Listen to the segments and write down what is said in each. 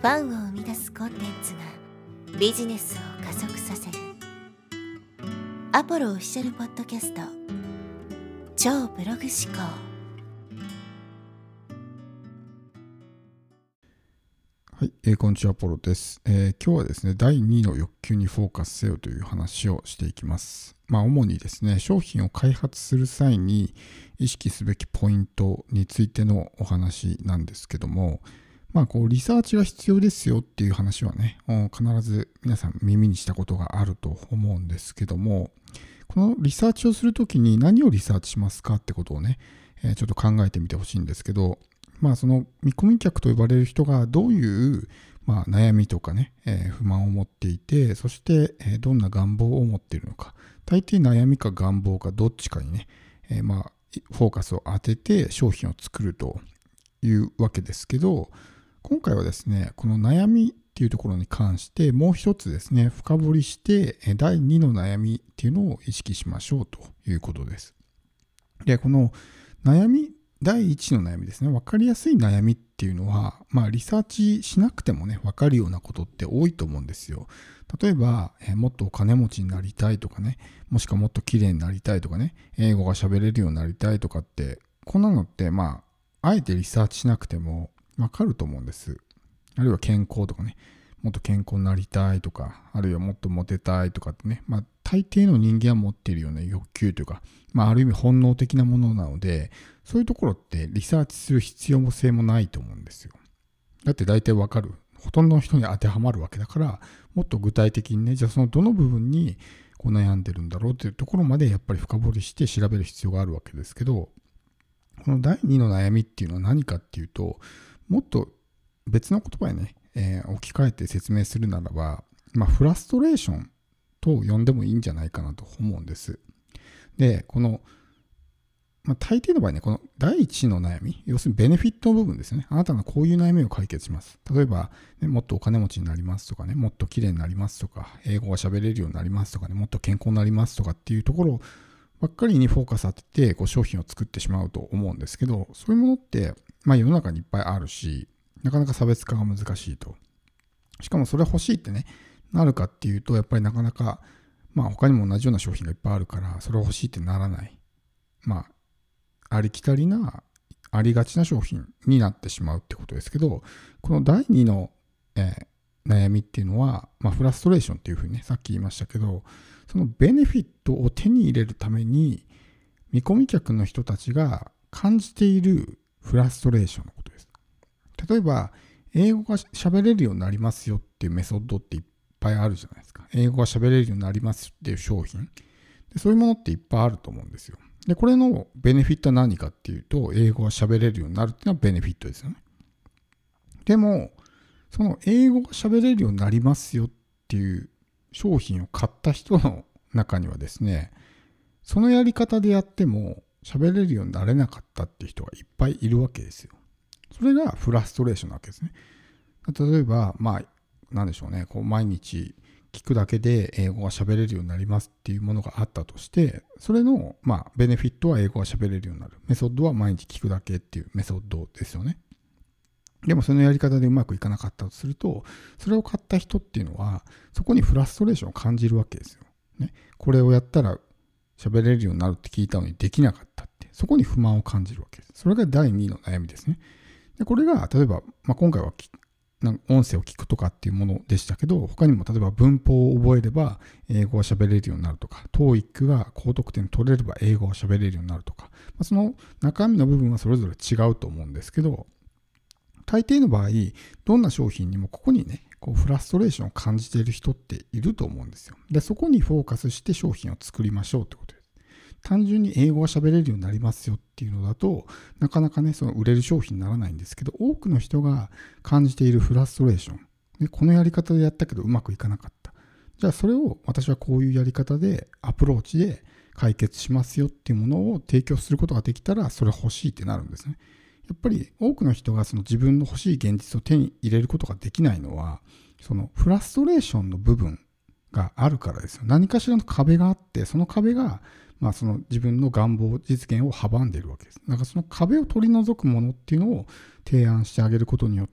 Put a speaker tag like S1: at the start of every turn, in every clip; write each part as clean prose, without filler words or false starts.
S1: ファンを生み出すコンテンツがビジネスを加速させるアポロオフィシャルポッドキャスト超ブログ思考。
S2: はい、こんにちは、アポロです。今日はですね、第2の欲求にフォーカスせよという話をしていきます。主にですね、商品を開発する際に意識すべきポイントについてのお話なんですけども、リサーチが必要ですよっていう話はね、必ず皆さん耳にしたことがあると思うんですけども、このリサーチをするときに何をリサーチしますかってことをね、ちょっと考えてみてほしいんですけど、その見込み客と呼ばれる人がどういう、悩みとかね、不満を持っていて、そして、どんな願望を持っているのか、大抵悩みか願望かどっちかにね、フォーカスを当てて商品を作るというわけですけど、今回はですね、この悩みっていうところに関してもう一つですね、深掘りして第2の悩みっていうのを意識しましょうということです。で、この悩み、第1の悩みですね、分かりやすい悩みっていうのは、リサーチしなくてもね、分かるようなことって多いと思うんですよ。例えば、もっとお金持ちになりたいとかね、もしくはもっと綺麗になりたいとかね、英語が喋れるようになりたいとかって、こんなのって、あえてリサーチしなくても分かると思うんです。あるいは健康とかね、もっと健康になりたいとか、あるいはもっとモテたいとかってね、大抵の人間は持っているような欲求というか、ある意味本能的なものなので、そういうところってリサーチする必要性もないと思うんですよ。だって大体わかる。ほとんどの人に当てはまるわけだから、もっと具体的にね、じゃあそのどの部分にこう悩んでるんだろうというところまでやっぱり深掘りして調べる必要があるわけですけど、この第2の悩みっていうのは何かっていうと、もっと別の言葉にね、置き換えて説明するならば、フラストレーションと呼んでもいいんじゃないかなと思うんです。で、この大抵の場合ね、この第一の悩み、要するにベネフィットの部分ですね。あなたのこういう悩みを解決します。例えば、もっとお金持ちになりますとかね、もっと綺麗になりますとか、英語が喋れるようになりますとかね、もっと健康になりますとかっていうところばっかりにフォーカス当てて商品を作ってしまうと思うんですけど、そういうものって世の中にいっぱいあるし、なかなか差別化が難しいと。しかもそれ欲しいってね、なるかっていうと、やっぱりなかなか、他にも同じような商品がいっぱいあるから、それ欲しいってならない。ありきたりな、ありがちな商品になってしまうってことですけど、この第2の、悩みっていうのは、フラストレーションっていうふうにね、さっき言いましたけど、そのベネフィットを手に入れるために、見込み客の人たちが感じているフラストレーションのことです。例えば、英語が喋れるようになりますよっていうメソッドっていっぱいあるじゃないですか。英語が喋れるようになりますっていう商品。でそういうものっていっぱいあると思うんですよ。で、これのベネフィットは何かっていうと、英語が喋れるようになるっていうのはベネフィットですよね。でも、その英語が喋れるようになりますよっていう商品を買った人の中にはですね、そのやり方でやっても喋れるようになれなかったっていう人がいっぱいいるわけですよ。それがフラストレーションなわけですね。例えば、なんでしょうね、毎日聞くだけで英語が喋れるようになりますっていうものがあったとして、それの、ベネフィットは英語が喋れるようになる。メソッドは毎日聞くだけっていうメソッドですよね。でもそのやり方でうまくいかなかったとすると、それを買った人っていうのは、そこにフラストレーションを感じるわけですよ。ね、これをやったら喋れるようになるって聞いたのにできなかったって、そこに不満を感じるわけです。それが第2の悩みですね。でこれが、例えば、今回は音声を聞くとかっていうものでしたけど、他にも例えば文法を覚えれば英語が喋れるようになるとか、TOEIC が高得点取れれば英語が喋れるようになるとか、その中身の部分はそれぞれ違うと思うんですけど、大抵の場合、どんな商品にもここにね、フラストレーションを感じている人っていると思うんですよ。で、そこにフォーカスして商品を作りましょうってことです。単純に英語が喋れるようになりますよっていうのだと、なかなかね、その売れる商品にならないんですけど、多くの人が感じているフラストレーション。でこのやり方でやったけどうまくいかなかった。じゃあそれを私はこういうやり方でアプローチで解決しますよっていうものを提供することができたら、それ欲しいってなるんですね。やっぱり多くの人がその自分の欲しい現実を手に入れることができないのは、そのフラストレーションの部分があるからですよ。何かしらの壁があって、その壁がその自分の願望実現を阻んでいるわけです。だからその壁を取り除くものっていうのを提案してあげることによって、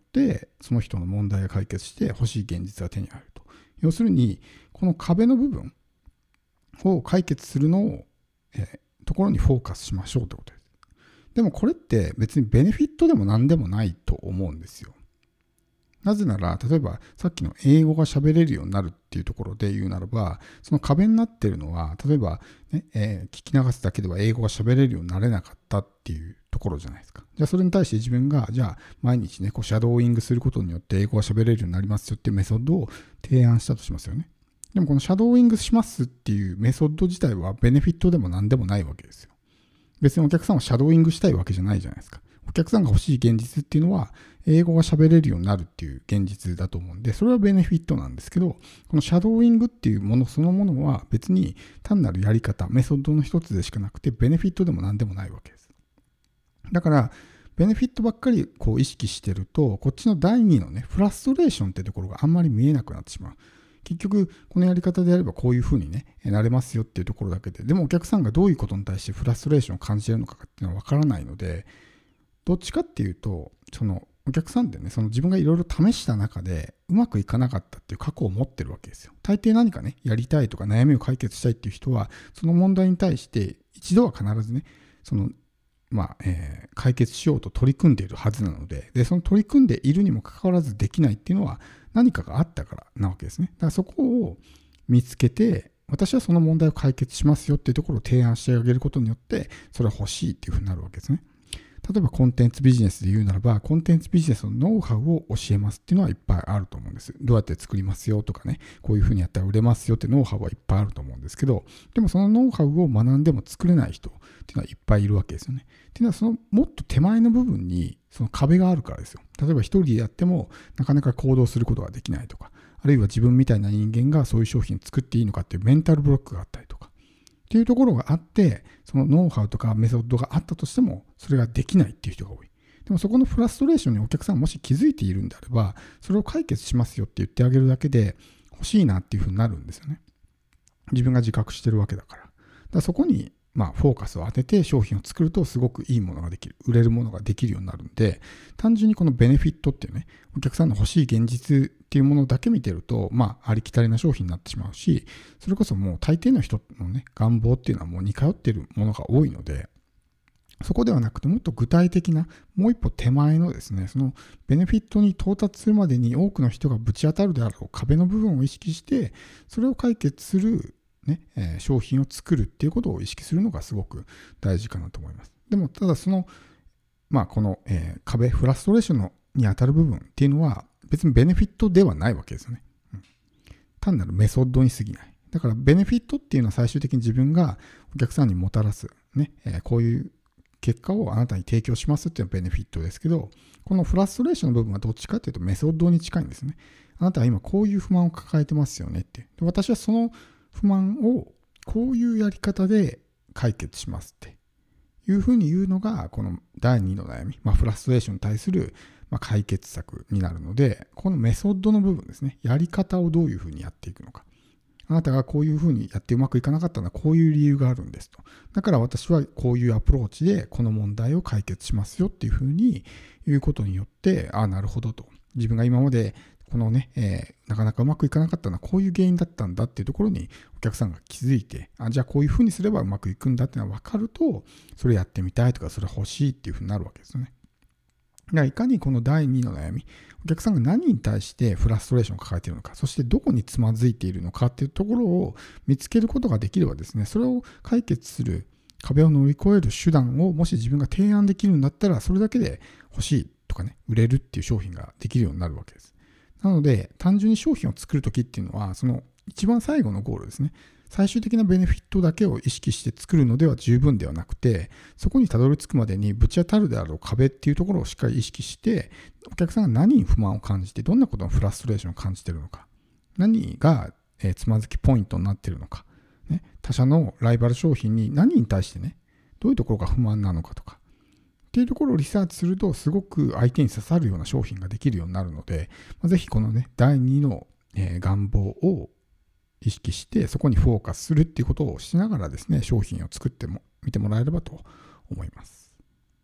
S2: その人の問題が解決して欲しい現実が手に入ると。要するに、この壁の部分を解決するのを、ところにフォーカスしましょうということです。でもこれって別にベネフィットでも何でもないと思うんですよ。なぜなら、例えばさっきの英語が喋れるようになるっていうところで言うならば、その壁になっているのは、例えば、ね聞き流すだけでは英語が喋れるようになれなかったっていうところじゃないですか。じゃあそれに対して自分が、じゃあ毎日ね、シャドーイングすることによって英語が喋れるようになりますよっていうメソッドを提案したとしますよね。でもこのシャドーイングしますっていうメソッド自体はベネフィットでも何でもないわけですよ。別にお客さんはシャドーイングしたいわけじゃないじゃないですか。お客さんが欲しい現実っていうのは、英語が喋れるようになるっていう現実だと思うんで、それはベネフィットなんですけど、このシャドーイングっていうものそのものは別に単なるやり方、メソッドの一つでしかなくて、ベネフィットでも何でもないわけです。だから、ベネフィットばっかりこう意識してると、こっちの第2のね、フラストレーションってところがあんまり見えなくなってしまう。結局、このやり方でやればこういう風にね、なれますよっていうところだけで、でもお客さんがどういうことに対してフラストレーションを感じているのかっていうのは分からないので、どっちかっていうと、そのお客さんってね、その自分がいろいろ試した中でうまくいかなかったっていう過去を持ってるわけですよ。大抵何かね、やりたいとか悩みを解決したいっていう人は、その問題に対して一度は必ずね、その解決しようと取り組んでいるはずなので、その取り組んでいるにもかかわらずできないっていうのは何かがあったからなわけですね。だからそこを見つけて、私はその問題を解決しますよっていうところを提案してあげることによって、それは欲しいっていうふうになるわけですね。例えばコンテンツビジネスで言うならば、コンテンツビジネスのノウハウを教えますっていうのはいっぱいあると思うんです。どうやって作りますよとかね、こういうふうにやったら売れますよってノウハウはいっぱいあると思うんですけど、でもそのノウハウを学んでも作れない人っていうのはいっぱいいるわけですよね。っていうのはそのもっと手前の部分にその壁があるからですよ。例えば一人でやってもなかなか行動することができないとか、あるいは自分みたいな人間がそういう商品作っていいのかっていうメンタルブロックがあったりとか、っていうところがあって、そのノウハウとかメソッドがあったとしても、それができないっていう人が多い。でもそこのフラストレーションにお客さんがもし気づいているんであれば、それを解決しますよって言ってあげるだけで欲しいなっていうふうになるんですよね。自分が自覚してるわけだから。だからそこにフォーカスを当てて商品を作るとすごくいいものができる。売れるものができるようになるんで、単純にこのベネフィットっていうね、お客さんの欲しい現実っていうものだけ見てると、ありきたりな商品になってしまうし、それこそもう大抵の人のね、願望っていうのはもう似通っているものが多いので、そこではなくてもっと具体的なもう一歩手前のですね、そのベネフィットに到達するまでに多くの人がぶち当たるであろう壁の部分を意識して、それを解決する、商品を作るっていうことを意識するのがすごく大事かなと思います。でもただその、この、壁、フラストレーションに当たる部分っていうのは別にベネフィットではないわけですよね。単なるメソッドに過ぎない。だからベネフィットっていうのは最終的に自分がお客さんにもたらす、こういう結果をあなたに提供しますっていうのはベネフィットですけど、このフラストレーションの部分はどっちかというとメソッドに近いんですね。あなたは今こういう不満を抱えてますよねって。で、私はその不満をこういうやり方で解決しますっていうふうに言うのがこの第2の悩み、フラストレーションに対する解決策になるので、このメソッドの部分ですね、やり方をどういうふうにやっていくのか。あなたがこういうふうにやってうまくいかなかったのはこういう理由があるんですと。だから私はこういうアプローチでこの問題を解決しますよっていうふうに言うことによって、なるほどと。自分が今までこのね、なかなかうまくいかなかったのはこういう原因だったんだっていうところにお客さんが気づいて、じゃあこういうふうにすればうまくいくんだっていうのが分かると、それやってみたいとかそれ欲しいっていうふうになるわけですよね。だからいかにこの第2の悩み、お客さんが何に対してフラストレーションを抱えているのか、そしてどこにつまずいているのかっていうところを見つけることができればですね、それを解決する壁を乗り越える手段をもし自分が提案できるんだったら、それだけで欲しいとかね、売れるっていう商品ができるようになるわけです。なので、単純に商品を作るときっていうのは、その一番最後のゴールですね。最終的なベネフィットだけを意識して作るのでは十分ではなくて、そこにたどり着くまでにぶち当たるであろう壁っていうところをしっかり意識して、お客さんが何に不満を感じて、どんなことのフラストレーションを感じているのか、何がつまずきポイントになっているのか、他社のライバル商品に何に対してね、どういうところが不満なのかとか、っていうところをリサーチすると、すごく相手に刺さるような商品ができるようになるので、ぜひこのね、第2の願望を意識してそこにフォーカスするっていうことをしながらですね、商品を作ってみてもらえればと思います。